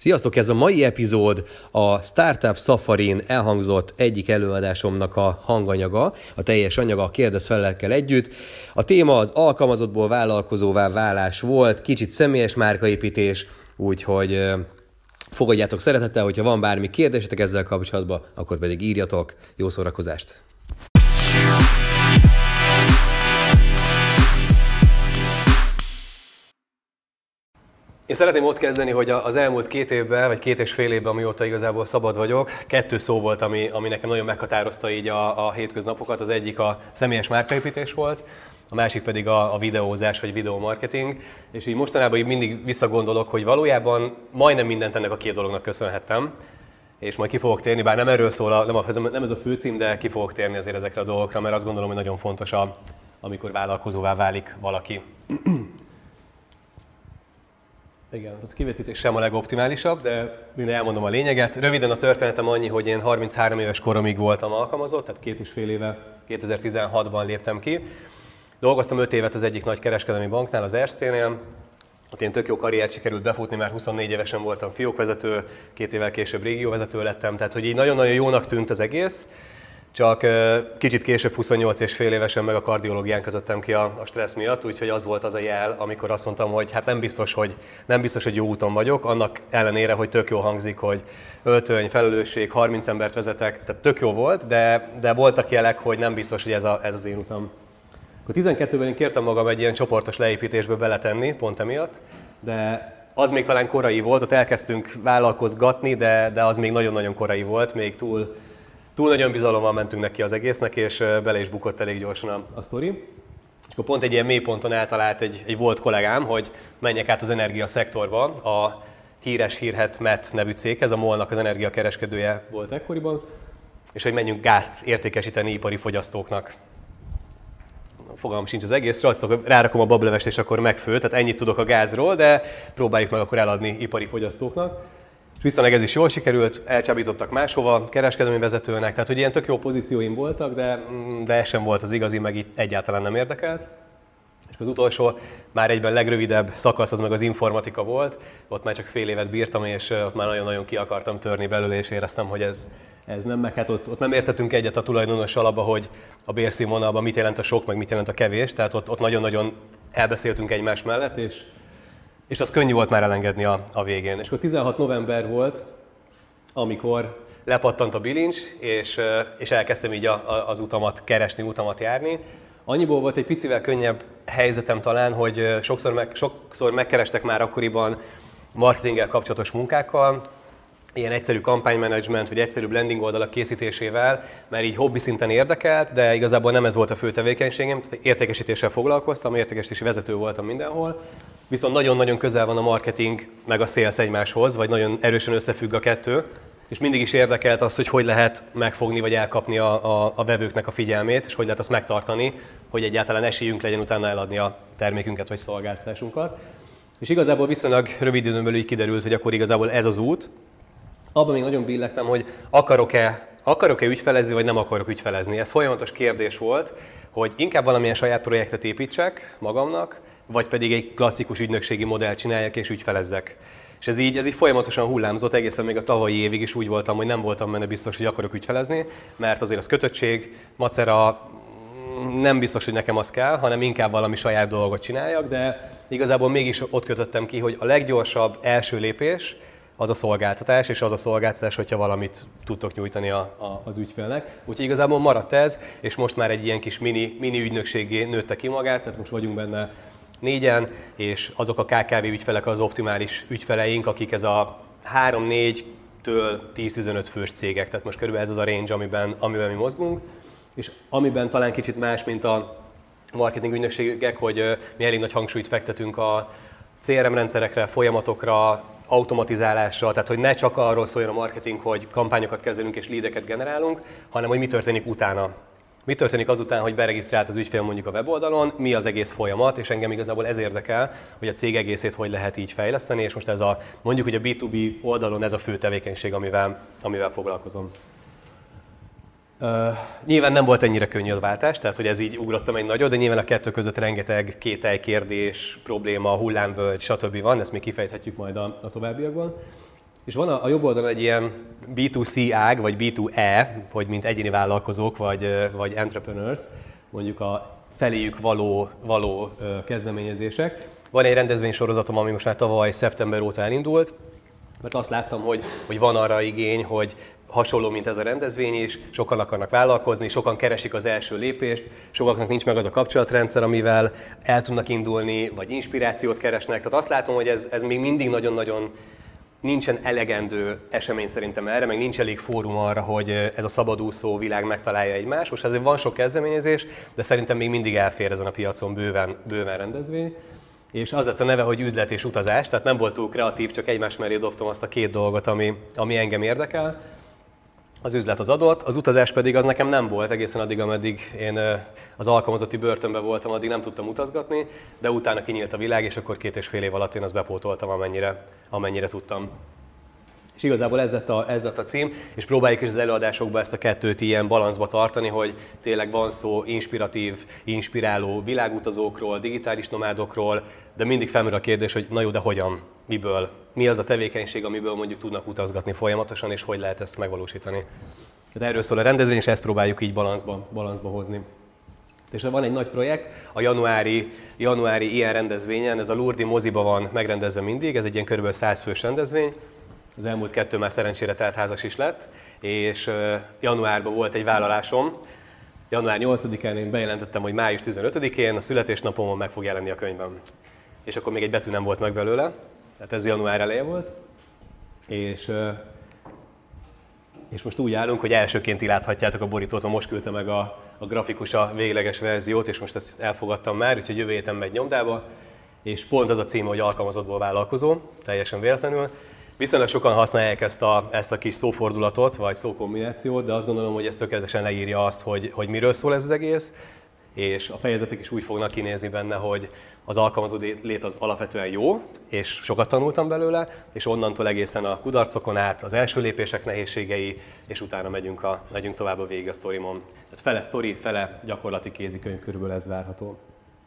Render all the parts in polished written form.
Sziasztok! Ez a mai epizód a Startup Safarin elhangzott egyik előadásomnak a hanganyaga, a teljes anyaga a kérdezfelekkel együtt. A téma az alkalmazottból vállalkozóvá válás volt, kicsit személyes márkaépítés, úgyhogy fogadjátok szeretettel, hogyha van bármi kérdésetek ezzel kapcsolatban, akkor pedig írjatok. Jó szórakozást! Én szeretném ott kezdeni, hogy az elmúlt 2 évben, vagy 2,5 évben, amióta igazából szabad vagyok, 2 szó volt, ami nekem nagyon meghatározta így a hétköznapokat. Az egyik a személyes márkaépítés volt, a másik pedig a videózás, vagy videomarketing. És így mostanában így mindig visszagondolok, hogy valójában majdnem mindent ennek a 2 dolognak köszönhettem. És majd ki fogok térni, bár nem erről szól, nem ez a főcím, de ki fogok térni azért ezekre a dolgokra, mert azt gondolom, hogy nagyon fontos, amikor vállalkozóvá válik valaki. Igen, a kivetítés sem a legoptimálisabb, de minden elmondom a lényeget. Röviden a történetem annyi, hogy én 33 éves koromig voltam alkalmazott, tehát 2,5 éve, 2016-ban léptem ki. Dolgoztam 5 évet az egyik nagy kereskedelmi banknál, az Erste-nél. Ott én tök jó karriert sikerült befutni, mert 24 évesen voltam fiókvezető, 2 évvel később régióvezető lettem, tehát hogy így nagyon-nagyon jónak tűnt az egész. Csak kicsit később, 28 és fél évesen meg a kardiológián kötöttem ki a stressz miatt, úgyhogy az volt az a jel, amikor azt mondtam, hogy hát nem biztos, hogy jó úton vagyok, annak ellenére, hogy tök jó hangzik, hogy öltöny, felelősség, 30 embert vezetek, tehát tök jó volt, de voltak jelek, hogy nem biztos, hogy ez az én utam. Akkor 12-ben én kértem magam egy ilyen csoportos leépítésbe beletenni, pont emiatt, de az még talán korai volt, ott elkezdtünk vállalkozgatni, de az még nagyon-nagyon korai volt, még túl nagy önbizalommal mentünk neki az egésznek, és bele is bukott elég gyorsan a sztori. És akkor pont egy ilyen mélyponton eltalált egy volt kollégám, hogy menjek át az energiaszektorba, a híres Hírhet MET nevű céghez, a MOL-nak az energiakereskedője volt ekkoriban, és hogy menjünk gázt értékesíteni ipari fogyasztóknak. Fogalmam sincs az egészről, azt rárakom a bablevest, és akkor megfő, tehát ennyit tudok a gázról, de próbáljuk meg akkor eladni ipari fogyasztóknak. És viszonylag ez is jól sikerült, elcsábítottak máshova, kereskedelmi vezetőnek, tehát hogy ilyen tök jó pozícióim voltak, de ez sem volt az igazi, meg itt egyáltalán nem érdekelt. És az utolsó, már egyben legrövidebb szakasz az meg az informatika volt, ott már csak fél évet bírtam, és ott már nagyon-nagyon ki akartam törni belőle, és éreztem, hogy ez nem, meg hát ott nem értettünk egyet a tulajdonossal abba, hogy a bérszínvonalban mit jelent a sok, meg mit jelent a kevés, tehát ott nagyon-nagyon elbeszéltünk egymás mellett, és az könnyű volt már elengedni a végén. És akkor 16 november volt, amikor lepattant a bilincs, és elkezdtem így az utamat keresni, utamat járni. Annyiból volt egy picivel könnyebb helyzetem talán, hogy sokszor megkerestek már akkoriban marketinggel kapcsolatos munkákkal, ilyen egyszerű kampánymenedzsment, vagy egyszerű blending oldalak készítésével, mert így hobbi szinten érdekelt, de igazából nem ez volt a fő tevékenységem, tehát értékesítéssel foglalkoztam, értékesítési vezető voltam mindenhol, viszont nagyon-nagyon közel van a marketing meg a sales egymáshoz, vagy nagyon erősen összefügg a kettő, és mindig is érdekelt az, hogy lehet megfogni, vagy elkapni a vevőknek a figyelmét, és hogy lehet azt megtartani, hogy egyáltalán esélyünk legyen utána eladni a termékünket, vagy szolgáltatásunkat. És igazából viszonylag rövid időn belül így kiderült, hogy akkor igazából ez az út. Abban még nagyon billegtem, hogy akarok-e ügyfelezni, vagy nem akarok ügyfelezni. Ez folyamatos kérdés volt, hogy inkább valamilyen saját projektet építsek magamnak, vagy pedig egy klasszikus ügynökségi modellt csináljak és ügyfelezzek. És ez így folyamatosan hullámzott, egészen még a tavalyi évig is úgy voltam, hogy nem voltam benne biztos, hogy akarok ügyfelezni, mert azért az kötöttség, macera, nem biztos, hogy nekem az kell, hanem inkább valami saját dolgot csináljak, de igazából mégis ott kötöttem ki, hogy a leggyorsabb első lépés az a szolgáltatás, és az a szolgáltatás, hogyha valamit tudtok nyújtani az ügyfélnek. Úgyhogy igazából maradt ez, és most már egy ilyen kis mini ügynökségé nőtte ki magát, tehát most vagyunk benne 4-en, és azok a KKV ügyfelek az optimális ügyfeleink, akik ez a 3-4-től 10-15 fős cégek, tehát most körülbelül ez az a range, amiben mi mozgunk, és amiben talán kicsit más, mint a marketing ügynökségek, hogy mi elég nagy hangsúlyt fektetünk a CRM rendszerekre, folyamatokra, automatizálásra, tehát hogy ne csak arról szóljon a marketing, hogy kampányokat kezelünk és leadeket generálunk, hanem hogy mi történik utána. Mi történik azután, hogy beregisztrált az ügyfél mondjuk a weboldalon, mi az egész folyamat, és engem igazából ez érdekel, hogy a cég egészét hogy lehet így fejleszteni, és most ez mondjuk, hogy a B2B oldalon ez a fő tevékenység, amivel foglalkozom. Nyilván nem volt ennyire könnyű a váltás, tehát hogy ez így ugrottam egy nagyot, de nyilván a kettő között rengeteg kételj, kérdés, probléma, hullámvölgy, stb. Van, ezt még kifejthetjük majd a továbbiakban. És van a jobb oldalon egy ilyen B2C ág, vagy B2E, hogy mint egyéni vállalkozók, vagy entrepreneurs, mondjuk a feléjük való kezdeményezések. Van egy rendezvénysorozatom, ami most már tavaly szeptember óta elindult, mert azt láttam, hogy van arra igény, hogy hasonló, mint ez a rendezvény is, sokan akarnak vállalkozni, sokan keresik az első lépést, sokaknak nincs meg az a kapcsolatrendszer, amivel el tudnak indulni, vagy inspirációt keresnek. Tehát azt látom, hogy ez még mindig nagyon-nagyon nincsen elegendő esemény szerintem erre, meg nincs elég fórum arra, hogy ez a szabadúszó világ megtalálja egymást. Most azért van sok kezdeményezés, de szerintem még mindig elfér ezen a piacon bőven rendezvény. És az lett a neve, hogy üzlet és utazás, tehát nem volt túl kreatív, csak egymás mellé dobtam azt a két dolgot, ami engem érdekel. Az üzlet az adott, az utazás pedig az nekem nem volt egészen addig, ameddig én az alkalmazotti börtönben voltam, addig nem tudtam utazgatni, de utána kinyílt a világ, és akkor 2,5 év alatt én azt bepótoltam, amennyire tudtam. És igazából ez lett a cím, és próbáljuk is az előadásokban ezt a kettőt ilyen balanszba tartani, hogy tényleg van szó inspiratív, inspiráló világutazókról, digitális nomádokról, de mindig felmerül a kérdés, hogy na jó, de hogyan, miből, mi az a tevékenység, amiből mondjuk tudnak utazgatni folyamatosan, és hogy lehet ezt megvalósítani. Tehát erről szól a rendezvény, és ezt próbáljuk így balanszba hozni. És van egy nagy projekt, a januári ilyen rendezvényen, ez a Lourdes moziba van megrendezve mindig, ez egy ilyen kb. 100 fős rendezvény. Az elmúlt 2 már szerencsére teltházas is lett, és januárban volt egy vállalásom. Január 8-án én bejelentettem, hogy május 15-én a születésnapomon meg fog jelenni a könyvem. És akkor még egy betű nem volt meg belőle, tehát ez január eleje volt. És most úgy állunk, hogy elsőként ti láthatjátok a borítót, most küldte meg a grafikus a végleges verziót, és most ezt elfogadtam már, úgyhogy jövő héten megy nyomdába. És pont az a címe, hogy alkalmazottból vállalkozó, teljesen véletlenül. Viszonylag sokan használják ezt a kis szófordulatot, vagy szókombinációt, de azt gondolom, hogy ez tökéletesen leírja azt, hogy miről szól ez az egész, és a fejezetek is úgy fognak kinézni benne, hogy az alkalmazó lét az alapvetően jó, és sokat tanultam belőle, és onnantól egészen a kudarcokon át, az első lépések nehézségei, és utána megyünk tovább a végig a sztorimon. Tehát fele sztori, fele gyakorlati kézikönyv, körülbelül ez várható.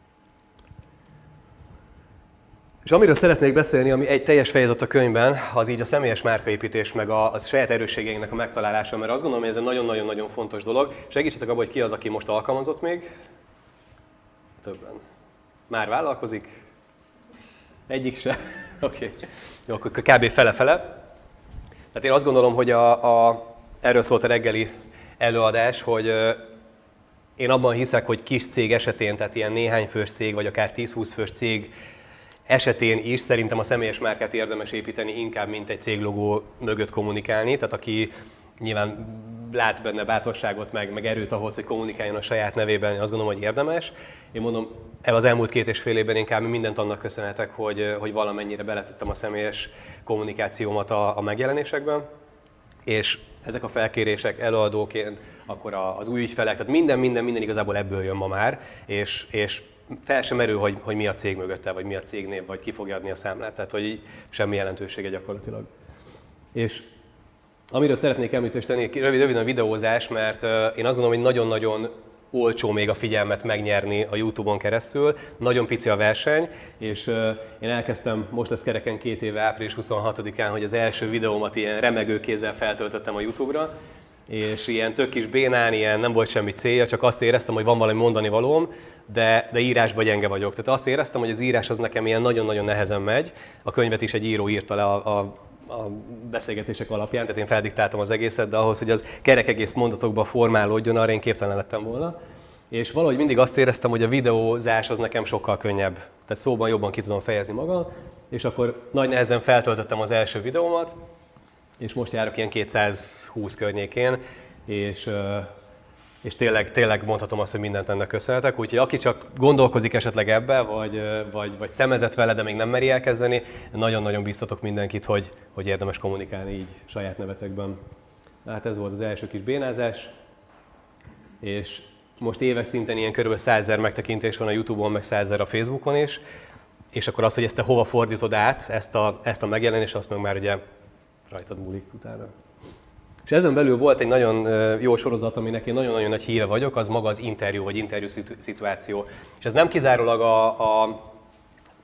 És amiről szeretnék beszélni, ami egy teljes fejezet a könyvben, az így a személyes márkaépítés, meg a saját erősségeinknek a megtalálása, mert azt gondolom, hogy ez egy nagyon-nagyon fontos dolog. Segítsetek abban, hogy ki az, aki most alkalmazott még? Többen. Már vállalkozik? Egyik se? Oké. Jó, akkor kb. Fele-fele. Tehát én azt gondolom, hogy erről szólt a reggeli előadás, hogy én abban hiszek, hogy kis cég esetén, tehát ilyen néhány fős cég, vagy akár 10-20 fős cég esetén is szerintem a személyes márkát érdemes építeni inkább, mint egy céglogó mögött kommunikálni. Tehát aki nyilván lát benne bátorságot, meg erőt ahhoz, hogy kommunikáljon a saját nevében, azt gondolom, hogy érdemes. Én mondom, az elmúlt 2,5 évben én kb. Mindent annak köszönhetek, hogy valamennyire beletettem a személyes kommunikációmat a megjelenésekben. És ezek a felkérések előadóként, akkor az új ügyfelek, tehát minden igazából ebből jön ma már, és fel sem merül, hogy mi a cég mögötte, vagy mi a cégnév, vagy ki fogja adni a számlát, tehát hogy semmi jelentősége gyakorlatilag. És amiről szeretnék említést tenni, röviden a videózás, mert én azt gondolom, hogy nagyon-nagyon olcsó még a figyelmet megnyerni a YouTube-on keresztül, nagyon pici a verseny, és én elkezdtem, most lesz kereken 2 éve, április 26-án, hogy az első videómat ilyen remegő kézzel feltöltöttem a YouTube-ra, és ilyen tök kis bénán, ilyen nem volt semmi célja, csak azt éreztem, hogy van valami mondani valóm, de írásban gyenge vagyok. Tehát azt éreztem, hogy az írás az nekem ilyen nagyon-nagyon nehezen megy. A könyvet is egy író írta le a beszélgetések alapján, tehát én feldiktáltam az egészet, de ahhoz, hogy az kerek egész mondatokba formálódjon, arra én képtelen lettem volna. És valahogy mindig azt éreztem, hogy a videózás az nekem sokkal könnyebb. Tehát szóban jobban ki tudom fejezni magam, és akkor nagy nehezen feltöltöttem az első videómat, és most járok ilyen 220 környékén, és tényleg mondhatom azt, hogy mindent ennek köszönhetek. Úgyhogy aki csak gondolkozik esetleg ebbe, vagy szemezett vele, de még nem meri elkezdeni, nagyon-nagyon biztatok mindenkit, hogy érdemes kommunikálni így saját nevetekben. Hát ez volt az első kis bénázás, és most éves szinten ilyen kb. 100 000 megtekintés van a YouTube-on, meg 100 000 a Facebookon is, és akkor az, hogy ezt te hova fordítod át, ezt a megjelenést, azt meg már ugye rajtad múlik utána. És ezen belül volt egy nagyon jó sorozat, aminek én nagyon-nagyon nagy híve vagyok, az maga az interjú, vagy interjú szituáció. És ez nem kizárólag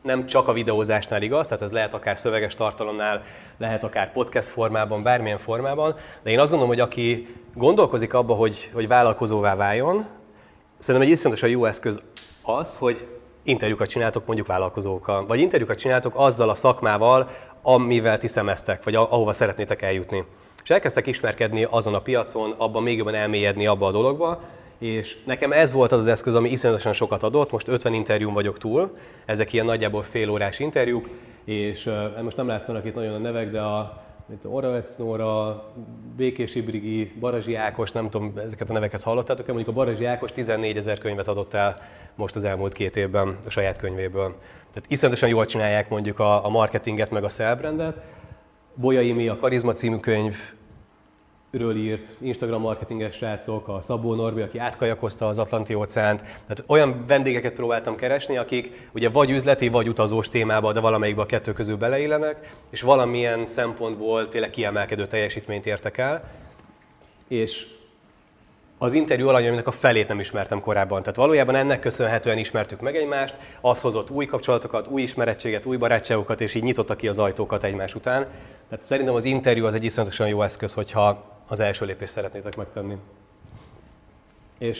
nem csak a videózásnál igaz, tehát ez lehet akár szöveges tartalomnál, lehet akár podcast formában, bármilyen formában, de én azt gondolom, hogy aki gondolkozik abba, hogy vállalkozóvá váljon, szerintem egy iszonyatosan jó eszköz az, hogy interjúkat csináltok mondjuk vállalkozókkal, vagy interjúkat csináltok azzal a szakmával, amivel ti szemeztek, vagy ahova szeretnétek eljutni. És elkezdtek ismerkedni azon a piacon, abban még jobban elmélyedni abba a dologba, és nekem ez volt az az eszköz, ami iszonyatosan sokat adott, most 50 interjún vagyok túl, ezek ilyen nagyjából félórás interjúk, és most nem látszanak itt nagyon a nevek, de a Oravec Nóra, Békési Brigi, Barazsi Ákos, nem tudom, ezeket a neveket hallottátok, mondjuk a Barazsi Ákos 14 000 könyvet adott el most az elmúlt 2 évben a saját könyvéből. Tehát iszonyatosan jól csinálják mondjuk a marketinget, meg a self-brandet. Bolyai Imi a Karizma című könyvről írt, Instagram marketinges srácok, a Szabó Norbi, aki átkajakozta az Atlanti-óceánt. Tehát olyan vendégeket próbáltam keresni, akik ugye vagy üzleti, vagy utazós témában, de valamelyikben a kettő közül beleillenek, és valamilyen szempontból tényleg kiemelkedő teljesítményt értek el. És az interjú alany, aminek a felét nem ismertem korábban. Tehát valójában ennek köszönhetően ismertük meg egymást, az hozott új kapcsolatokat, új ismerettséget, új barátságokat, és így nyitotta ki az ajtókat egymás után. Tehát szerintem az interjú az egy iszonyatosan jó eszköz, hogyha az első lépést szeretnétek megtenni. És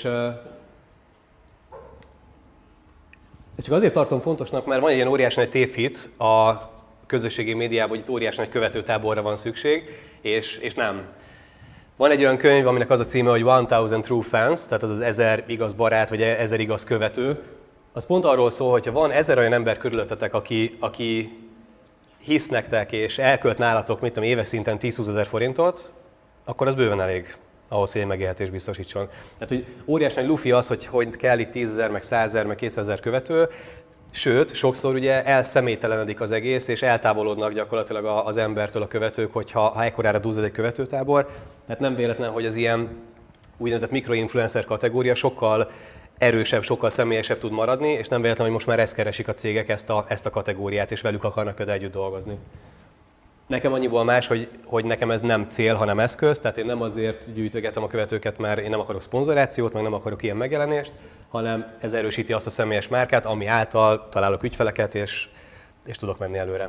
csak azért tartom fontosnak, mert van egy ilyen óriási nagy tévhit a közösségi médiában, hogy itt óriási nagy követőtáborra van szükség, és nem. Van egy olyan könyv, aminek az a címe, hogy 1000 True Fans, tehát az az 1000 igaz barát, vagy 1000 igaz követő. Az pont arról szól, hogyha van 1000 olyan ember körülöttetek, aki hisz nektek, és elkölt nálatok, mit tudom, éves szinten 10-20 000 forintot, akkor az bőven elég ahhoz, hogy egy megélhetést biztosítson. Tehát, hogy óriási nagy lufi az, hogy kell itt 10 000, meg 100 000, meg 200 000 követő, sőt, sokszor ugye elszemélytelenedik az egész, és eltávolodnak gyakorlatilag az embertől a követők, hogyha ekkorára duzzad egy követőtábor. Tehát nem véletlen, hogy az ilyen úgynevezett mikroinfluencer kategória sokkal erősebb, sokkal személyesebb tud maradni, és nem véletlen, hogy most már ezt keresik a cégek, ezt a kategóriát, és velük akarnak például együtt dolgozni. Nekem annyiból más, hogy nekem ez nem cél, hanem eszköz, tehát én nem azért gyűjtögetem a követőket, mert én nem akarok szponzorációt, meg nem akarok ilyen megjelenést, hanem ez erősíti azt a személyes márkát, ami által találok ügyfeleket, és tudok menni előre.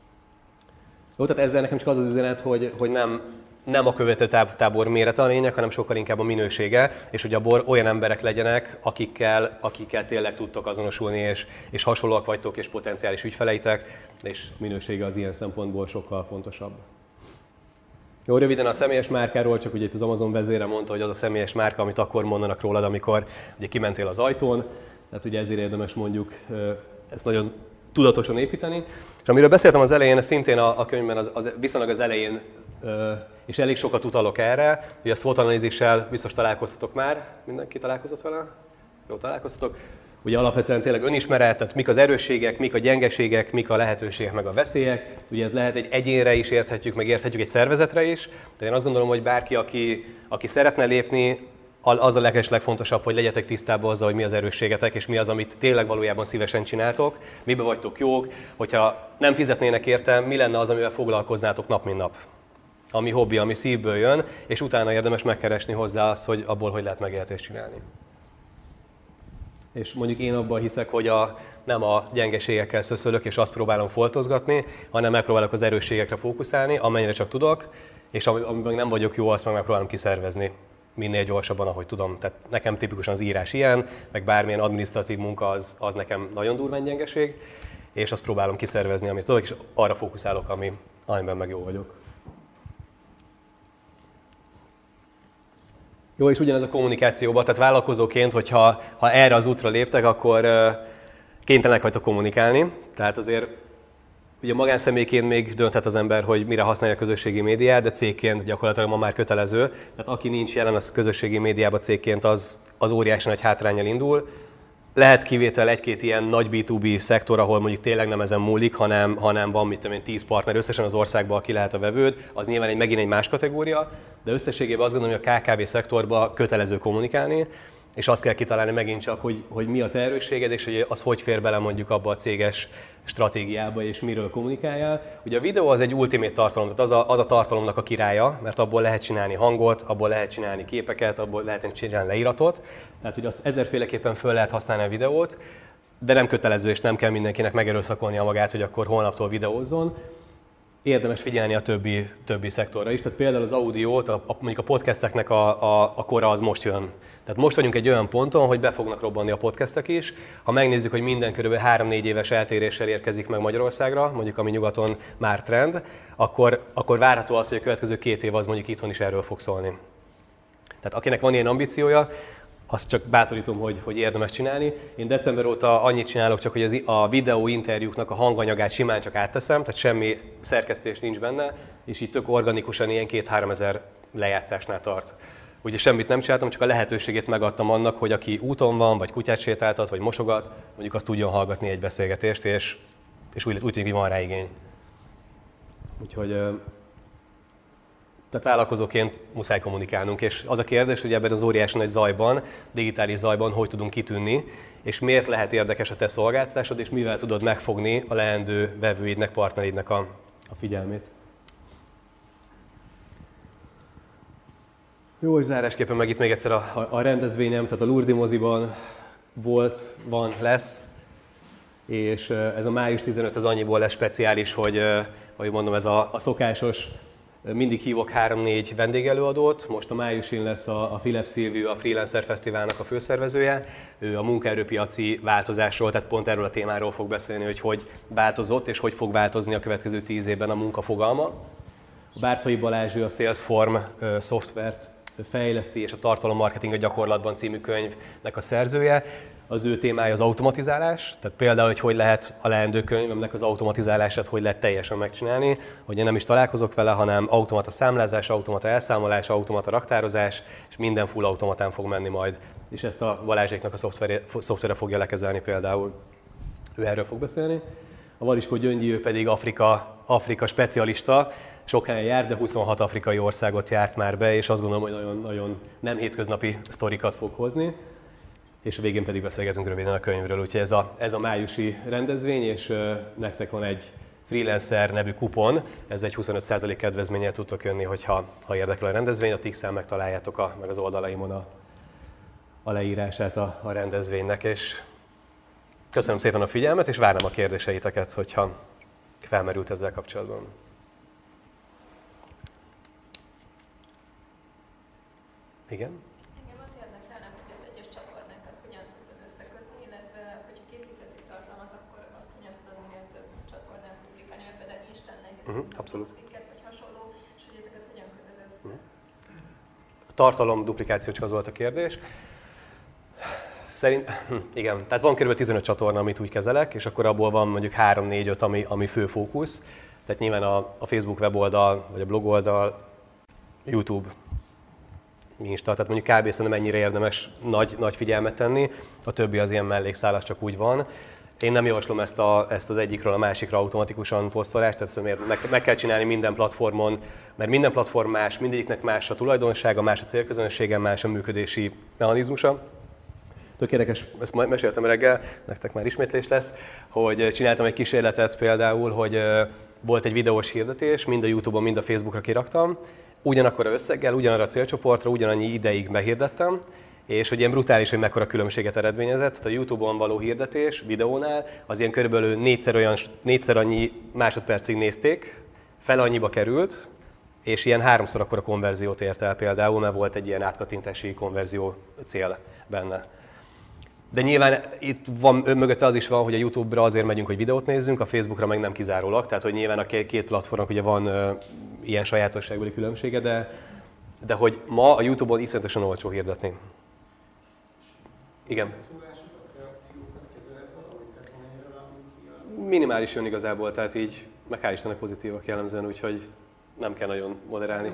Jó, tehát ezzel nekem csak az az üzenet, hogy nem a követőtábor mérete a lényeg, hanem sokkal inkább a minősége, és hogy abból olyan emberek legyenek, akikkel tényleg tudtok azonosulni, és hasonlóak vagytok, és potenciális ügyfeleitek, és minősége az ilyen szempontból sokkal fontosabb. Jó, röviden a személyes márkáról, csak ugye itt az Amazon vezére mondta, hogy az a személyes márka, amit akkor mondanak rólad, amikor ugye kimentél az ajtón, tehát ugye ezért érdemes mondjuk ezt nagyon tudatosan építeni. És amiről beszéltem az elején, szintén a könyvben az viszonylag az elején, és elég sokat utalok erre, hogy a SWOT analízissel biztos találkoztatok már, mindenki találkozott vele? Jó, találkoztatok. Ugye alapvetően tényleg önismeret, tehát mik az erősségek, mik a gyengeségek, mik a lehetőségek, meg a veszélyek. Ugye ez lehet egy egyénre is érthetjük, meg érthetjük egy szervezetre is. De én azt gondolom, hogy bárki, aki szeretne lépni, az a legfontosabb, hogy legyetek tisztában azzal, hogy mi az erősségetek, és mi az, amit tényleg valójában szívesen csináltok, mibe vagytok jók, hogyha nem fizetnének érte, mi lenne az, amivel foglalkoznátok nap mint nap. Ami hobbi, ami szívből jön, és utána érdemes megkeresni hozzá azt, hogy abból hogy lehet megélhetést csinálni. És mondjuk én abban hiszek, hogy nem a gyengeségekkel szöszölök, és azt próbálom foltozgatni, hanem megpróbálok az erősségekre fókuszálni, amennyire csak tudok, és amiben nem vagyok jó, azt meg megpróbálom kiszervezni minél gyorsabban, ahogy tudom. Tehát nekem tipikusan az írás ilyen, meg bármilyen adminisztratív munka az nekem nagyon durván gyengeség, és azt próbálom kiszervezni, amit tudok, és arra fókuszálok, amiben meg jó vagyok. Jó, és ugyanez a kommunikációban, tehát vállalkozóként, hogyha erre az útra léptek, akkor kénytelenek vagytok kommunikálni. Tehát azért ugye magánszemélyként még dönthet az ember, hogy mire használja a közösségi médiát, de cégként gyakorlatilag ma már kötelező. Tehát aki nincs jelen a közösségi médiában cégként, az óriási nagy hátránnyal indul. Lehet kivétel egy-két ilyen nagy B2B szektor, ahol mondjuk tényleg nem ezen múlik, hanem van, mit tudom én, 10 partner összesen az országban, aki lehet a vevőd, az nyilván megint egy más kategória, de összességében azt gondolom, hogy a KKV szektorban kötelező kommunikálni, és azt kell kitalálni megint csak, hogy mi a te erősséged, és hogy az hogy fér bele mondjuk abba a céges stratégiába, és miről kommunikáljál. Ugye a videó az egy ultimate tartalom, tehát az a tartalomnak a királya, mert abból lehet csinálni hangot, abból lehet csinálni képeket, abból lehet csinálni leíratot, tehát hogy azt ezerféleképpen föl lehet használni a videót. de nem kötelező, és nem kell mindenkinek megerőszakolnia magát, hogy akkor holnaptól videózzon. Érdemes figyelni a többi szektorra is. Tehát például az audiót, mondjuk a podcasteknek a kora az most jön. Tehát most vagyunk egy olyan ponton, hogy be fognak robbanni a podcastek is. Ha megnézzük, hogy minden kb. 3-4 éves eltéréssel érkezik meg Magyarországra, mondjuk ami nyugaton már trend, akkor várható az, hogy a következő 2 év az mondjuk itthon is erről fog szólni. Tehát akinek van ilyen ambíciója, azt csak bátorítom, hogy érdemes csinálni. Én december óta annyit csinálok csak, hogy a videó interjúknak a hanganyagát simán csak átteszem, tehát semmi szerkesztés nincs benne, és így tök organikusan ilyen 2-3 ezer lejátszásnál tart. Ugye semmit nem csináltam, csak a lehetőségét megadtam annak, hogy aki úton van, vagy kutyát sétáltat, vagy mosogat, mondjuk azt tudjon hallgatni egy beszélgetést, és úgy tűnik, hogy van rá igény. Úgyhogy tehát vállalkozóként muszáj kommunikálnunk, és az a kérdés, hogy ebben az óriási nagy zajban, digitális zajban hogy tudunk kitűnni, és miért lehet érdekes a te szolgáltatásod, és mivel tudod megfogni a leendő vevőidnek, partneridnek a figyelmét. Jó, és zárásképpen meg itt még egyszer a rendezvényem, tehát a Lourdes moziban van, lesz, és ez a május 15 az annyiból lesz speciális, hogy mondom, ez a szokásos, mindig hívok 3-4 vendégelőadót, most a májusin lesz a Philip Szilviu, a Freelancer Fesztiválnak a főszervezője, ő a munkaerőpiaci változásról, tehát pont erről a témáról fog beszélni, hogy változott és hogy fog változni a következő 10 évben a munka fogalma. A Bártfai Balázs, ő a Salesforce szoftvert fejleszti, és a Tartalommarketing a gyakorlatban című könyvnek a szerzője. Az ő témája az automatizálás, tehát például, hogy lehet a leendő könyvemnek az automatizálását, hogy lehet teljesen megcsinálni, hogy én nem is találkozok vele, hanem automata számlázás, automata elszámolás, automata raktározás, és minden full automatán fog menni majd. És ezt a Balázséknak a szoftvere fogja lekezelni például. Ő erről fog beszélni. A Valiskó Gyöngyi, ő pedig Afrika specialista, sok helyen járt, de 26 afrikai országot járt már be, és azt gondolom, hogy nagyon nem hétköznapi sztorikat fog hozni. És a végén pedig beszélgetünk röviden a könyvről, úgyhogy ez a májusi rendezvény, és nektek van egy Freelancer nevű kupon, ez egy 25% kedvezménnyel tudtok jönni, ha érdekel a rendezvény, a Tix-en megtaláljátok meg az oldalaimon a leírását a rendezvénynek, és köszönöm szépen a figyelmet, és várom a kérdéseiteket, hogyha felmerült ezzel kapcsolatban. Igen? Engem azt érdekelne, hogy az egyes csatornákat hogyan szoktad összekötni, illetve hogyha készítesz egy tartalmat, akkor azt hogyan tudod minél több csatornát publikálni, mert például Instán nehéz cikket vagy hasonló, és hogy ezeket hogyan kötöd össze. A tartalom duplikáció, csak az volt a kérdés. Igen, tehát van kb. 15 csatorna, amit úgy kezelek, és akkor abból van mondjuk 3-4-5, ami fő fókusz. Tehát nyilván a Facebook weboldal, vagy a blog oldal, YouTube, Insta, tehát mondjuk kb. Szerintem ennyire érdemes nagy figyelmet tenni, a többi az ilyen mellékszálas, csak úgy van. Én nem javaslom ezt az egyikről a másikra automatikusan posztolást, tehát meg kell csinálni minden platformon, mert minden platform más, mindegyiknek más a tulajdonsága, más a célközönsége, más a működési mechanizmusa. Tök érdekes, ezt meséltem reggel, nektek már ismétlés lesz, hogy csináltam egy kísérletet például, hogy volt egy videós hirdetés, mind a YouTube-on, mind a Facebookra kiraktam, ugyanakkor összeggel, ugyanarra a célcsoportra, ugyanannyi ideig behirdettem, és hogy ilyen brutális, hogy mekkora különbséget eredményezett. Tehát a YouTube-on való hirdetés videónál az ilyen körülbelül négyszer annyi másodpercig nézték, fele annyiba került, és ilyen 3-szor akkora konverziót ért el például, mert volt egy ilyen átkattintási konverzió cél benne. De nyilván itt van, mögötte az is van, hogy a YouTube-ra azért megyünk, hogy videót nézzünk, a Facebookra meg nem kizárólag, tehát hogy nyilván a két platformnak ugye van ilyen sajátosságbeli különbsége, de hogy ma a YouTube-on iszonyatosan olcsó hirdetni. Igen. Minimális jön igazából, tehát így meg hál' Istennek pozitívak jellemzően, úgyhogy nem kell nagyon moderálni.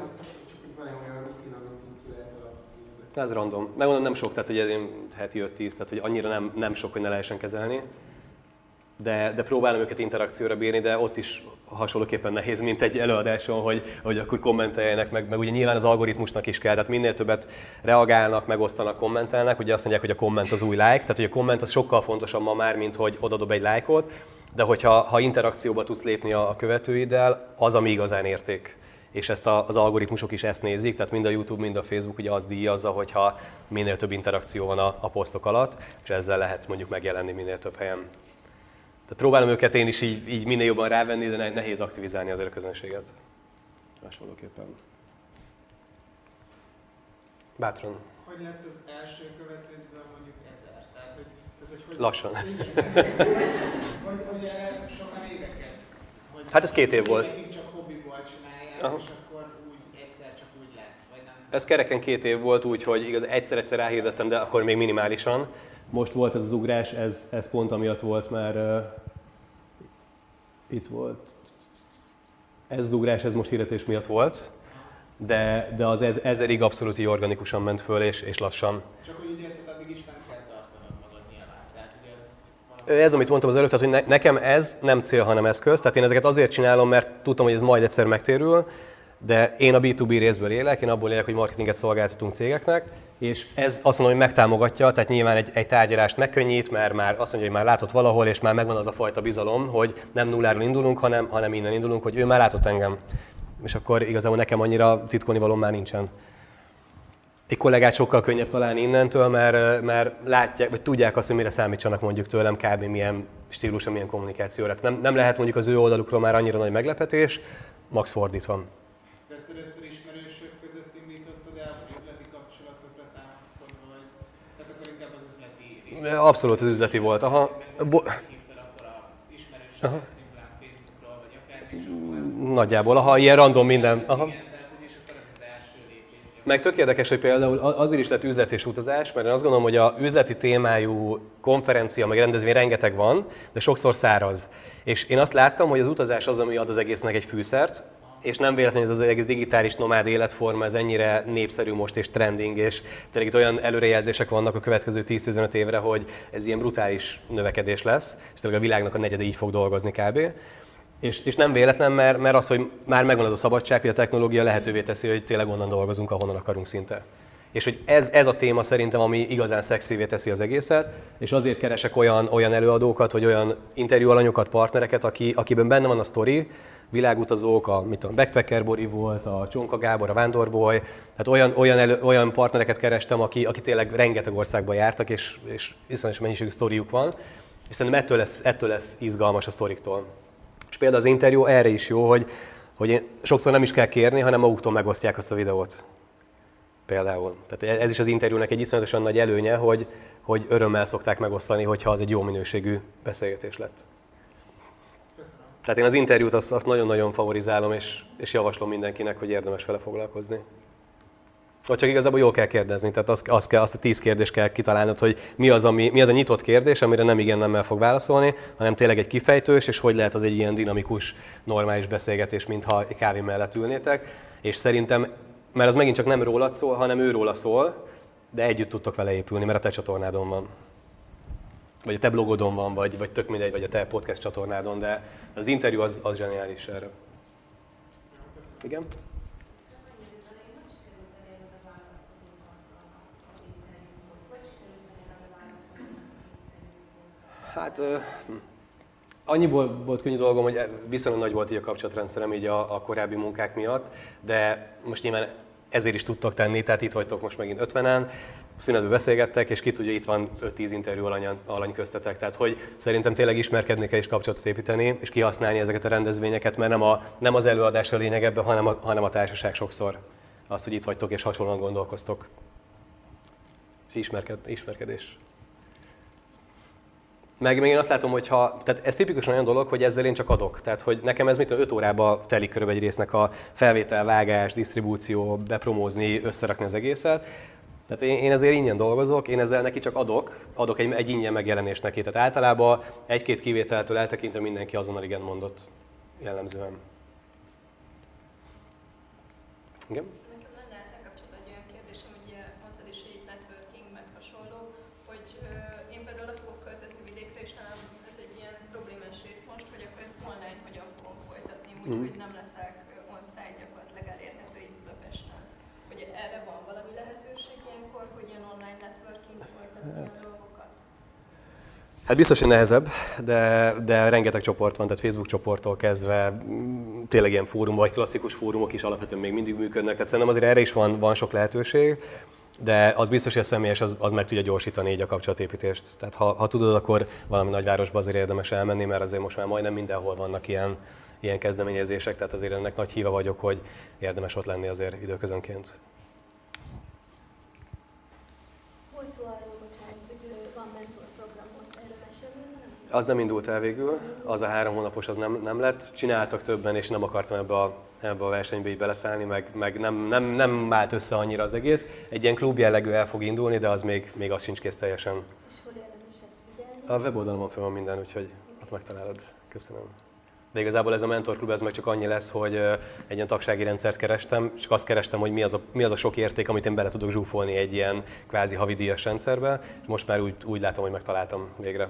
Ez random. Megmondom, nem sok, tehát hogy én heti 5-10, tehát hogy annyira nem sok, hogy ne lehessen kezelni. De próbálom őket interakcióra bírni, de ott is hasonlóképpen nehéz, mint egy előadáson, hogy akkor kommenteljenek, meg ugye nyilván az algoritmusnak is kell, tehát minél többet reagálnak, megosztanak, kommentelnek, ugye azt mondják, hogy a komment az új like, tehát hogy a komment az sokkal fontosabb ma már, mint hogy odadob egy lájkot, de hogyha interakcióba tudsz lépni a követőiddel, az ami igazán érték. és ezt az algoritmusok is ezt nézik, tehát mind a YouTube, mind a Facebook ugye azt díjazza, hogyha minél több interakció van a posztok alatt, és ezzel lehet mondjuk megjelenni minél több helyen. Tehát próbálom őket én is így minél jobban rávenni, de nehéz aktivizálni azért a közönséget. Hasonlóképpen. Bátran. Hogy lett az első követőkből mondjuk 1000? Tehát, hogy lassan. hogy erre sokan éveket? Hogy Hát ez 2 év volt. Csak hobbiból csinálják, és akkor úgy egyszer csak úgy lesz, vagy nem? Ez kereken 2 év volt, úgyhogy igaz, egyszer ráhirdettem, de akkor még minimálisan. Most volt ez az ugrás, ez pont amiatt volt, mert itt volt. Ez az ugrás, ez most hirdetés miatt volt, de az 1000-ig abszolút így organikusan ment föl, és lassan. Csak hogy így érted, addig is nem kell tartanod magad nyilván. Tehát, hogy Ez, amit mondtam az előtt, tehát, hogy nekem ez nem cél, hanem eszköz. Tehát én ezeket azért csinálom, mert tudtam, hogy ez majd egyszer megtérül, de én a B2B részből élek, én abból élek, hogy marketinget szolgáltatunk cégeknek, és ez azt mondom, hogy megtámogatja, tehát nyilván egy tárgyalást megkönnyít, mert már azt mondja, hogy már látott valahol, és már megvan az a fajta bizalom, hogy nem nulláról indulunk, hanem innen indulunk, hogy ő már látott engem. És akkor igazából nekem annyira titkolnivalóm már nincsen. Egy kollégát sokkal könnyebb találni innentől, mert látják, vagy tudják azt, hogy mire számítsanak mondjuk tőlem, kb. Milyen stílusra, milyen kommunikációra. Nem lehet mondjuk az ő oldalukról már annyira nagy meglepetés, max fordítva. de ezt először ismerősök között indítottad el, hogy üzleti kapcsolatokra támaszkodva, vagy tehát akkor inkább az üzleti rész. Abszolút az üzleti volt. Aha. Hívtad akkor a ismerősöket szimplán Facebookról, vagy akármi, és akkor Nagyjából, aha, ilyen random minden. Aha. igen, tehát hogy és akkor ez az első lépés. Meg tök érdekes, hogy például azért is lett üzlet és utazás, mert én azt gondolom, hogy a üzleti témájú konferencia, meg rendezvény rengeteg van, de sokszor száraz. És én azt láttam, hogy az utazás az, ami ad az egésznek egy fűszert, és nem véletlenül ez az egész digitális nomád életforma, ez ennyire népszerű most és trending, és tényleg itt olyan előrejelzések vannak a következő 10-15 évre, hogy ez ilyen brutális növekedés lesz, és tényleg a világnak a negyede így fog dolgozni kb. És nem véletlen, mert az, hogy már megvan az a szabadság, hogy a technológia lehetővé teszi, hogy tényleg onnan dolgozunk, ahonnan akarunk szinte. És hogy ez a téma szerintem, ami igazán szexívé teszi az egészet, és azért keresek olyan előadókat, vagy olyan interjúalanyokat, partnereket, akiben benne van a sztori, világutazók, a Backpacker Bori volt, a Csonka Gábor, a Vándorboy, tehát olyan partnereket kerestem, aki tényleg rengeteg országba jártak, és iszonyatos mennyiségű sztoriuk van, és szerintem ettől lesz izgalmas a sztoriktól. És például az interjú erre is jó, hogy én sokszor nem is kell kérni, hanem maguktól megosztják azt a videót. Például. Tehát ez is az interjúnak egy iszonyatosan nagy előnye, hogy örömmel szokták megosztani, hogyha az egy jó minőségű beszélgetés lett. Köszönöm. Tehát én az interjút azt nagyon-nagyon favorizálom, és javaslom mindenkinek, hogy érdemes vele foglalkozni. Ott csak igazából jól kell kérdezni, tehát azt a 10 kérdést kell kitalálnod, hogy mi az a nyitott kérdés, amire nem igen nemmel fog válaszolni, hanem tényleg egy kifejtős, és hogy lehet az egy ilyen dinamikus, normális beszélgetés, mintha egy kávé mellett ülnétek. És szerintem, mert az megint csak nem rólad szól, hanem őróla szól, de együtt tudtok vele épülni, mert a te csatornádon van. Vagy a te blogodon van, vagy tök mindegy, vagy a te podcast csatornádon, de az interjú az zseniális erre. Igen? Hát annyiból volt könnyű dolgom, hogy viszonylag nagy volt így a kapcsolatrendszerem így a korábbi munkák miatt, de most nyilván ezért is tudtok tenni, tehát itt vagytok most megint 50-en, szünetben beszélgettek, és ki tudja, itt van 5-10 interjú alany köztetek, tehát hogy szerintem tényleg ismerkedni kell és kapcsolatot építeni, és kihasználni ezeket a rendezvényeket, mert nem az előadás a lényeg ebben, hanem a társaság sokszor. Az, hogy itt vagytok és hasonlóan gondolkoztok. És ismerkedés. Meg még én azt látom, hogy tehát ez tipikusan olyan dolog, hogy ezzel én csak adok. Tehát, hogy nekem ez 5 órába telik körülbelül egy résznek a felvétel, vágás, disztribúció, bepromózni, összerakni az egészet. Tehát én ezért ingyen dolgozok, én ezzel neki csak adok egy ingyen megjelenést neki. Tehát általában 1-2 kivételtől eltekintve mindenki azonnal igen mondott jellemzően. Igen? Nekem lenne ezzel kapcsolatban egy olyan kérdésem, hogy mondtad is, hogy itt networking, meg hasonló, hogy én például le fogok költözni vidékre, és nálam ez egy ilyen problémás rész most, hogy akkor ezt online hogyan fogom folytatni, úgyhogy nem leszek on-site gyakorlatilag elérhető itt Budapesten. Hogy erre van valami lehetőség ilyenkor, hogy ilyen online networking folytatni a dolgokat? Hát biztos, hogy nehezebb, de rengeteg csoport van, tehát Facebook csoporttól kezdve tényleg ilyen fórumok, vagy klasszikus fórumok is alapvetően még mindig működnek, tehát szerintem azért erre is van sok lehetőség, de az biztos, hogy a személyes az meg tudja gyorsítani így a kapcsolatépítést. Tehát ha tudod, akkor valami nagyvárosba azért érdemes elmenni, mert azért most már majdnem mindenhol vannak ilyen kezdeményezések, tehát azért ennek nagy híve vagyok, hogy érdemes ott lenni azért időközönként. Volt szó arról, bocsánat, hogy van mentorprogramot, erről mesélni? Az nem indult el végül, az a 3 hónapos az nem lett. Csináltak többen, és nem akartam ebbe a versenybe így beleszállni, meg nem állt össze annyira az egész. Egy ilyen klub jellegű el fog indulni, de az még az sincs kész teljesen. És hol érdemes ezt figyelni? A weboldalon föl van minden, úgyhogy ott megtalálod. Köszönöm. De igazából ez a mentorklub ez meg csak annyi lesz, hogy egy ilyen tagsági rendszert kerestem, csak azt kerestem, hogy mi az a sok érték, amit én bele tudok zsúfolni egy ilyen kvázi havidíjas rendszerbe, és most már úgy látom, hogy megtaláltam végre.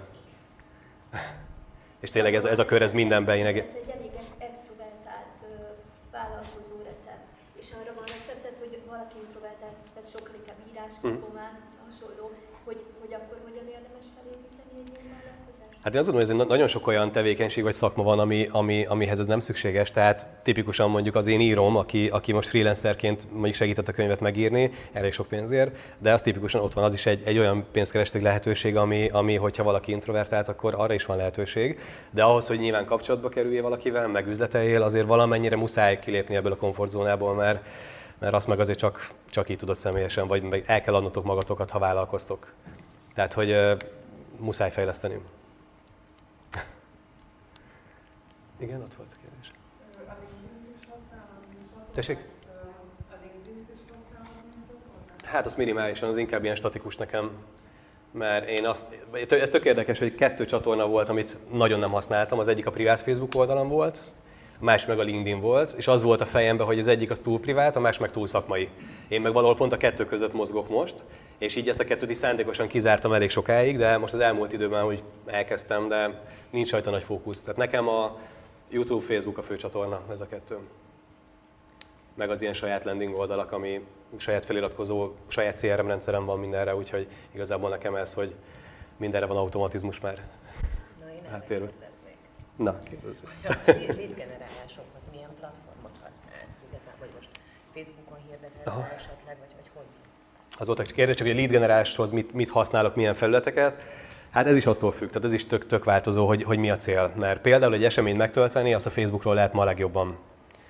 És tényleg ez a kör, ez mindenben. Ez egy elég extrovertált vállalkozó recept, és arra van receptet, hogy valaki introvertált, tehát sokkal inkább írás, kapomán, hasonló, hogy akkor hogyan érdemes felépíteni egy ilyen vállalkozást? Hát én azt gondolom, hogy ez nagyon sok olyan tevékenység vagy szakma van, amihez ez nem szükséges. Tehát tipikusan mondjuk az én írom, aki most freelancerként mondjuk segített a könyvet megírni, elég sok pénzért, de az tipikusan ott van, az is egy olyan pénzkereseti lehetőség, ami hogyha valaki introvertált, akkor arra is van lehetőség. De ahhoz, hogy nyilván kapcsolatba kerüljél valakivel, meg üzleteljél, azért valamennyire muszáj kilépni ebből a komfortzónából, mert azt meg azért csak így tudod személyesen, vagy meg el kell adnotok magatokat, ha vállalkoztok. Tehát, hogy muszáj fejleszteni. Igen, ott volt a kérdés. A LinkedIn-t is használod, nincs ott? Tessék? A LinkedIn-t is használod, nincs ott? Hát az minimálisan, az inkább ilyen statikus nekem. Mert ez tök érdekes, hogy 2 csatorna volt, amit nagyon nem használtam. Az egyik a privát Facebook oldalam volt, a másik meg a LinkedIn volt, és az volt a fejemben, hogy az egyik az túl privát, a másik meg túl szakmai. Én meg valahol pont a 2 között mozgok most, és így ezt a 2-t is szándékosan kizártam elég sokáig, de most az elmúlt időben úgy elkezdtem, de nincs rajta nagy fókusz. Tehát nekem a YouTube, Facebook a fő csatorna, ez a 2. Meg az ilyen saját landing oldalak, ami saját feliratkozó, saját CRM rendszerem van mindenre, úgyhogy igazából nekem ez, hogy mindenre van automatizmus már. Na, én Háttérben. kérdeznék. Na, kérdezz. A lead generálásokhoz milyen platformot használsz? Igazából, vagy most Facebookon hirdeted esetleg, vagy hogy? Az volt a kérdés, csak hogy a lead generáláshoz mit használok, milyen felületeket. Hát ez is attól függ, tehát ez is tök változó, hogy mi a cél. Mert például egy eseményt megtölteni, azt a Facebookról lehet ma a legjobban.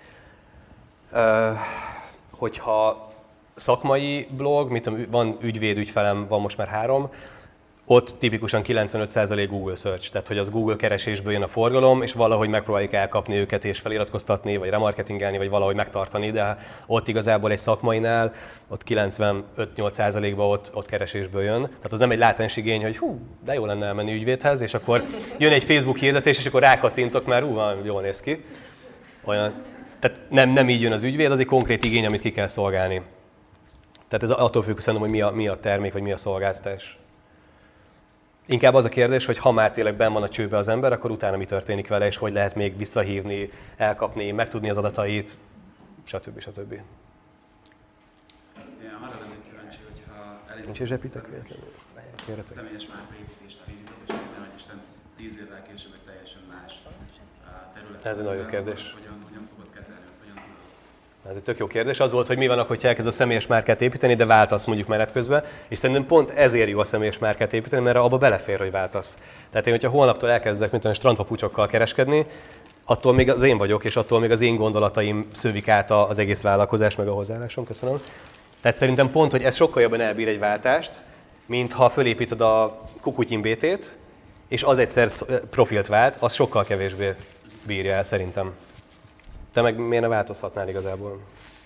Hogyha szakmai blog, van ügyvédügyfelem, van most már 3, ott tipikusan 95% Google Search, tehát hogy az Google keresésből jön a forgalom, és valahogy megpróbáljuk elkapni őket és feliratkoztatni, vagy remarketingelni, vagy valahogy megtartani, de ott igazából egy szakmainál, ott 95-8%-ban ott keresésből jön. Tehát az nem egy látens igény, hogy de jó lenne elmenni ügyvédhez, és akkor jön egy Facebook hirdetés, és akkor rákattintok, mert jól néz ki. Olyan, tehát nem így jön az ügyvéd, az egy konkrét igény, amit ki kell szolgálni. Tehát ez attól függ szerintem, hogy mi a termék, vagy mi a szolgáltatás. Inkább az a kérdés, hogy ha már tényleg benn van a csőbe az ember, akkor utána mi történik vele, és hogy lehet még visszahívni, elkapni, megtudni az adatait, stb. Én arra lennék kíváncsi, hogyha Nincs is zsepitek véletlenül? a személyes márkaépítést elindítod, és nehogy Isten 10 évvel később egy teljesen más terület. Ez egy nagyon jó kérdés. Hogyan fogod kezelni, azt hogyan tudod? Ez egy tök jó kérdés. Az volt, hogy mi van akkor, hogyha elkezd a személyes márkát építeni, de váltasz mondjuk menet közben, és szerintem pont ezért jó a személyes márkát építeni, mert abba belefér, hogy váltasz. Tehát én, hogyha holnaptól elkezdek, mint olyan strandpapucsokkal kereskedni, attól még az én vagyok, és attól még az én gondolataim szövik át az egész vállalkozás, meg a hozzáállásom. Köszönöm. Tehát szerintem pont, hogy ez sokkal jobban elbír egy váltást, mint ha fölépíted a Kukutyin BT-t, és az egyszer profilt vált, az sokkal kevésbé bírja el szerintem. Te meg miért ne változhatnál igazából?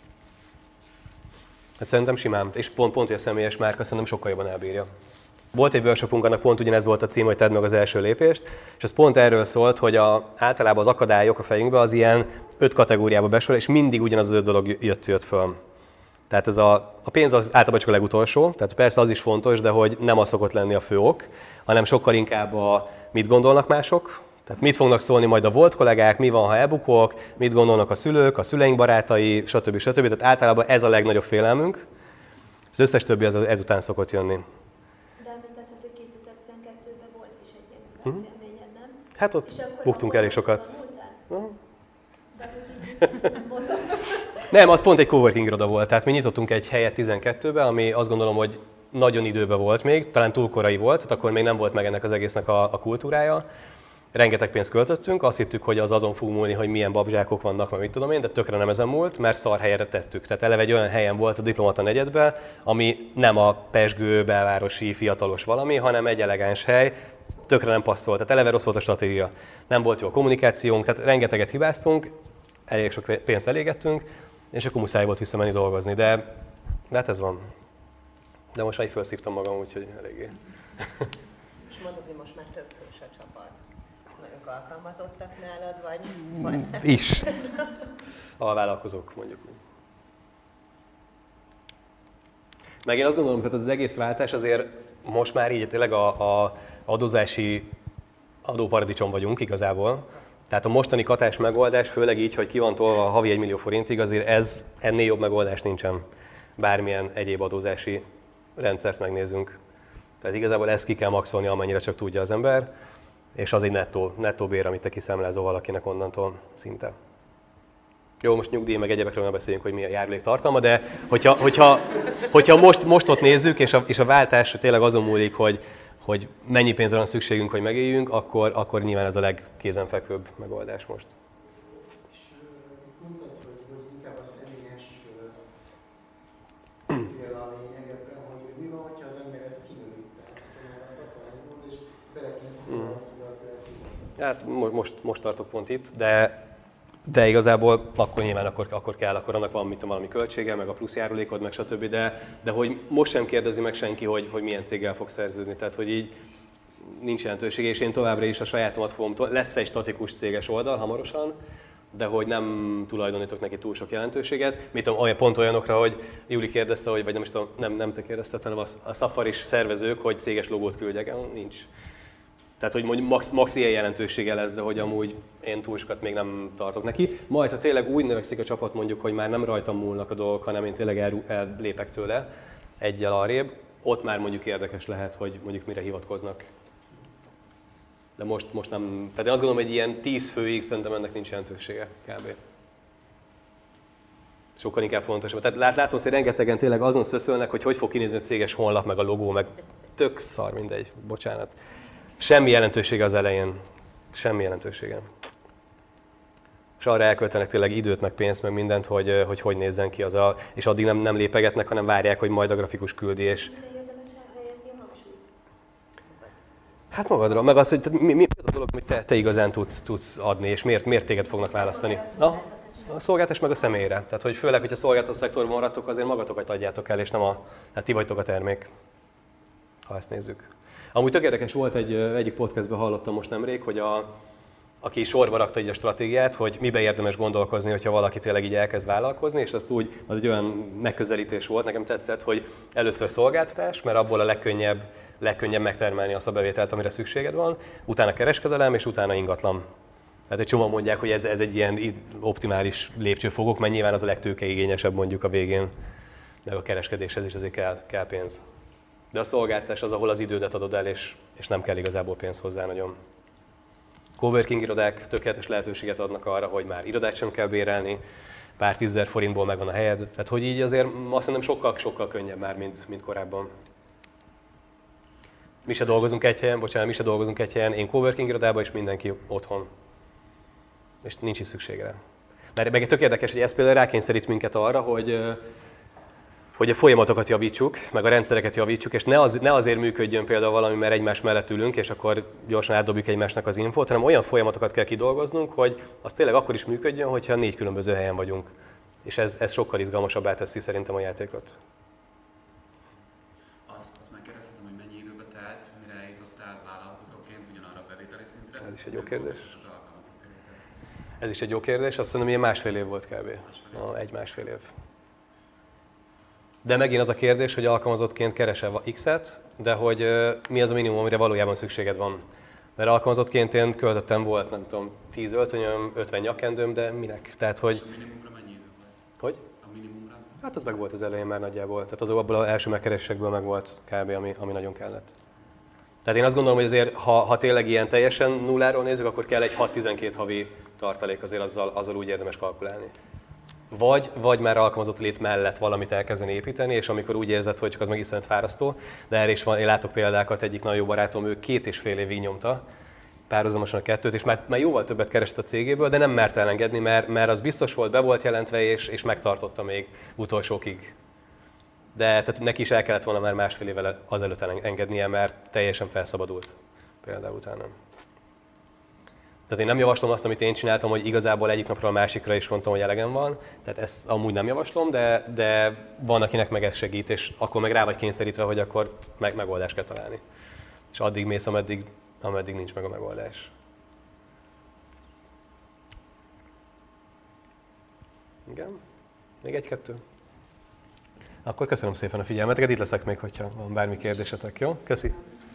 Hát szerintem simán, és pont hogy a személyes márka szerintem sokkal jobban elbírja. Volt egy workshopunk, annak pont ugyanez volt a cím, hogy tedd meg az első lépést, és ez pont erről szólt, hogy általában az akadályok a fejünkbe az ilyen 5 kategóriába besorol, és mindig ugyanaz az 5 dolog jött föl. Tehát ez a pénz az általában csak a legutolsó, tehát persze az is fontos, de hogy nem az szokott lenni a fő ok, hanem sokkal inkább mit gondolnak mások, tehát mit fognak szólni majd a volt kollégák, mi van, ha elbukok, mit gondolnak a szülők, a szüleink barátai, stb. Tehát általában ez a legnagyobb félelmünk, az összes többi ezután szokott jönni. De említetted, hogy 2012-ben volt is egy ilyen az élményed, nem? Hát ott És akkor buktunk elég sokat. tanultál? De hogy így ezt nem mondom. Nem, az pont egy coworking iroda volt, tehát mi nyitottunk egy helyet 12-ben, ami azt gondolom, hogy nagyon időben volt még, talán túl korai volt, tehát akkor még nem volt meg ennek az egésznek a kultúrája. Rengeteg pénzt költöttünk, azt hittük, hogy az azon fog múlni, hogy milyen babzsákok vannak, meg mit tudom én, de tökre nem ezen múlt, mert szar helyre tettük. Tehát eleve egy olyan helyen volt a Diplomata negyedben, ami nem a pezsgő, belvárosi, fiatalos valami, hanem egy elegáns hely, tökre nem passzolt. Tehát eleve rossz volt a stratégia. Nem volt jó a kommunikációnk, tehát rengeteget hibáztunk, elég sok pénzt elégettünk, és akkor muszáj volt visszamenni dolgozni, de hát ez van. De most már így felszívtam magam, úgyhogy eléggé. És mondod, hogy most már több fős a csapat. Ők alkalmazottak nálad, vagy? Is. A vállalkozók, mondjuk. Meg én azt gondolom, hogy az egész váltás azért most már így tényleg a adózási adóparadicsom vagyunk igazából. Tehát a mostani katás megoldás, főleg így, hogy ki van tolva a havi 1 millió forintig, azért ennél jobb megoldás nincsen. Bármilyen egyéb adózási rendszert megnézünk. Tehát igazából ezt ki kell maxolni, amennyire csak tudja az ember, és az egy nettó bér, amit te kiszámlázol valakinek onnantól szinte. Jó, most nyugdíj, meg egyebekről nem beszéljünk, hogy mi a járulék tartalma, de hogyha most ott nézzük, és a váltás tényleg azon múlik, hogy mennyi pénzre van szükségünk, hogy megéljünk, akkor nyilván ez a legkézenfekvőbb megoldás most. És mondtad, hogy inkább a személyes figyel a lényeg ebben, hogy mi van, hogyha az ember ezt kinövi, tehát hogyha már a tartalányból, és belekényszerül az ügyelőre. Hát most tartok pont itt, de igazából akkor nyilván akkor kell, akkor annak van valami költsége, meg a plusz járulékod, meg stb. De hogy most sem kérdezi meg senki, hogy milyen céggel fog szerződni. Tehát, hogy így nincs jelentősége, és én továbbra is a sajátomat fogom, lesz egy statikus céges oldal hamarosan, de hogy nem tulajdonítok neki túl sok jelentőséget. Mit tudom, pont olyanokra, hogy Júli kérdezte, hogy, vagy nem is tudom, nem te kérdezted, hanem a Safaris szervezők, hogy céges logót küldjek. Nincs. Tehát, hogy mondjuk max ilyen jelentősége lesz, de hogy amúgy én túl sokat még nem tartok neki. Majd, ha tényleg úgy növekszik a csapat, mondjuk, hogy már nem rajtam múlnak a dolgok, hanem én tényleg ellépek tőle egyel arrébb, ott már mondjuk érdekes lehet, hogy mondjuk mire hivatkoznak. De most nem. Tehát én azt gondolom, hogy ilyen 10 főig szerintem ennek nincs jelentősége kb. Sokkal inkább fontos. Tehát látom, hogy rengetegen tényleg azon szöszölnek, hogy fog kinézni a céges honlap, meg a logó, meg tök szar, mindegy, bocsánat. Semmi jelentősége az elején. Semmi jelentősége. És arra elköltenek tényleg időt, meg pénzt, meg mindent, hogy nézzen ki az és addig nem lépegetnek, hanem várják, hogy majd a grafikus küldi, és... Mire érdemes elhelyezni a hangsúlyt? Hát magadra, meg az, hogy mi az a dolog, amit te igazán tudsz adni, és miért téged fognak választani. A szolgáltatás meg a személyre. Tehát, hogy főleg, hogyha szolgáltató szektorban maradtok, azért magatokat adjátok el, és nem hát ti vagytok a termék, ha ezt nézzük. Amúgy tök érdekes volt, egyik podcastben hallottam most nemrég, hogy aki sorba rakta így a stratégiát, hogy mibe érdemes gondolkozni, hogyha valaki tényleg így elkezd vállalkozni, és azt úgy, az egy olyan megközelítés volt, nekem tetszett, hogy először szolgáltatás, mert abból a legkönnyebb megtermelni azt a bevételt, amire szükséged van, utána kereskedelem, és utána ingatlan. Tehát egy csomó mondják, hogy ez egy ilyen optimális lépcsőfokok, mert nyilván az a legtőkeigényesebb mondjuk a végén, meg a kereskedéshez is azért kell pénz. De a szolgáltatás az, ahol az idődet adod el, és nem kell igazából pénz hozzá nagyon. Coworking irodák tökéletes lehetőséget adnak arra, hogy már irodát sem kell bérelni, pár 10 000 forintból megvan a helyed. Tehát, hogy így azért azt hiszem sokkal könnyebb már, mint korábban. Mi se dolgozunk egy helyen, én coworking irodában, és mindenki otthon. És nincs is szükségre. Mert meg tök érdekes, hogy ez például rákényszerít minket arra, hogy a folyamatokat javítsuk, meg a rendszereket javítsuk, és ne azért működjön például valami, mert egymás mellett ülünk, és akkor gyorsan átdobjuk egymásnak az infót, hanem olyan folyamatokat kell kidolgoznunk, hogy az tényleg akkor is működjön, hogyha 4 különböző helyen vagyunk. És ez sokkal izgalmasabbá teszi szerintem a játékot. Azt megkérdeztem, hogy mennyi időbe telt, mire eljutottál vállalkozóként ugyanarra a bevételi szintre? Ez is egy jó kérdés. Az alkalmazott periódus. Ez is egy jó kérdés, azt hiszem, hogy 1,5 év volt kb. 1,5 év. De megint az a kérdés, hogy alkalmazottként keresel X-et, de hogy mi az a minimum, amire valójában szükséged van. Mert alkalmazottként én költöttem, volt nem tudom, 10 öltönyöm, 50 nyakkendőm, de minek? Tehát, hogy... A minimumra mennyi idő volt? Hogy? A minimumra? Hát az meg volt az elején már nagyjából. Tehát abból az első megkeresésekből meg volt kb. Ami nagyon kellett. Tehát én azt gondolom, hogy azért, ha tényleg ilyen teljesen nulláról nézzük, akkor kell egy 6-12 havi tartalék, azért azzal úgy érdemes kalkulálni. Vagy már alkalmazott lét mellett valamit elkezdeni építeni, és amikor úgy érzed, hogy csak az meg iszonyat fárasztó, de erre is van, én látok példákat, egyik nagyon jó barátom, ő 2,5 évig nyomta, párhuzamosan a kettőt, és már jóval többet keresett a cégéből, de nem mert elengedni, mert az biztos volt, be volt jelentve, és megtartotta még utolsókig. De tehát neki is el kellett volna már 1,5 évvel azelőtt engednie, mert teljesen felszabadult például utána. Tehát én nem javaslom azt, amit én csináltam, hogy igazából egyik napról a másikra is mondtam, hogy elegem van. Tehát ezt amúgy nem javaslom, de van, akinek meg ez segít, és akkor meg rá vagy kényszerítve, hogy akkor megoldást kell találni. És addig mész, ameddig nincs meg a megoldás. Igen? Még egy-kettő? Akkor köszönöm szépen a figyelmeteket, itt leszek még, hogyha van bármi kérdésetek, jó? Köszi!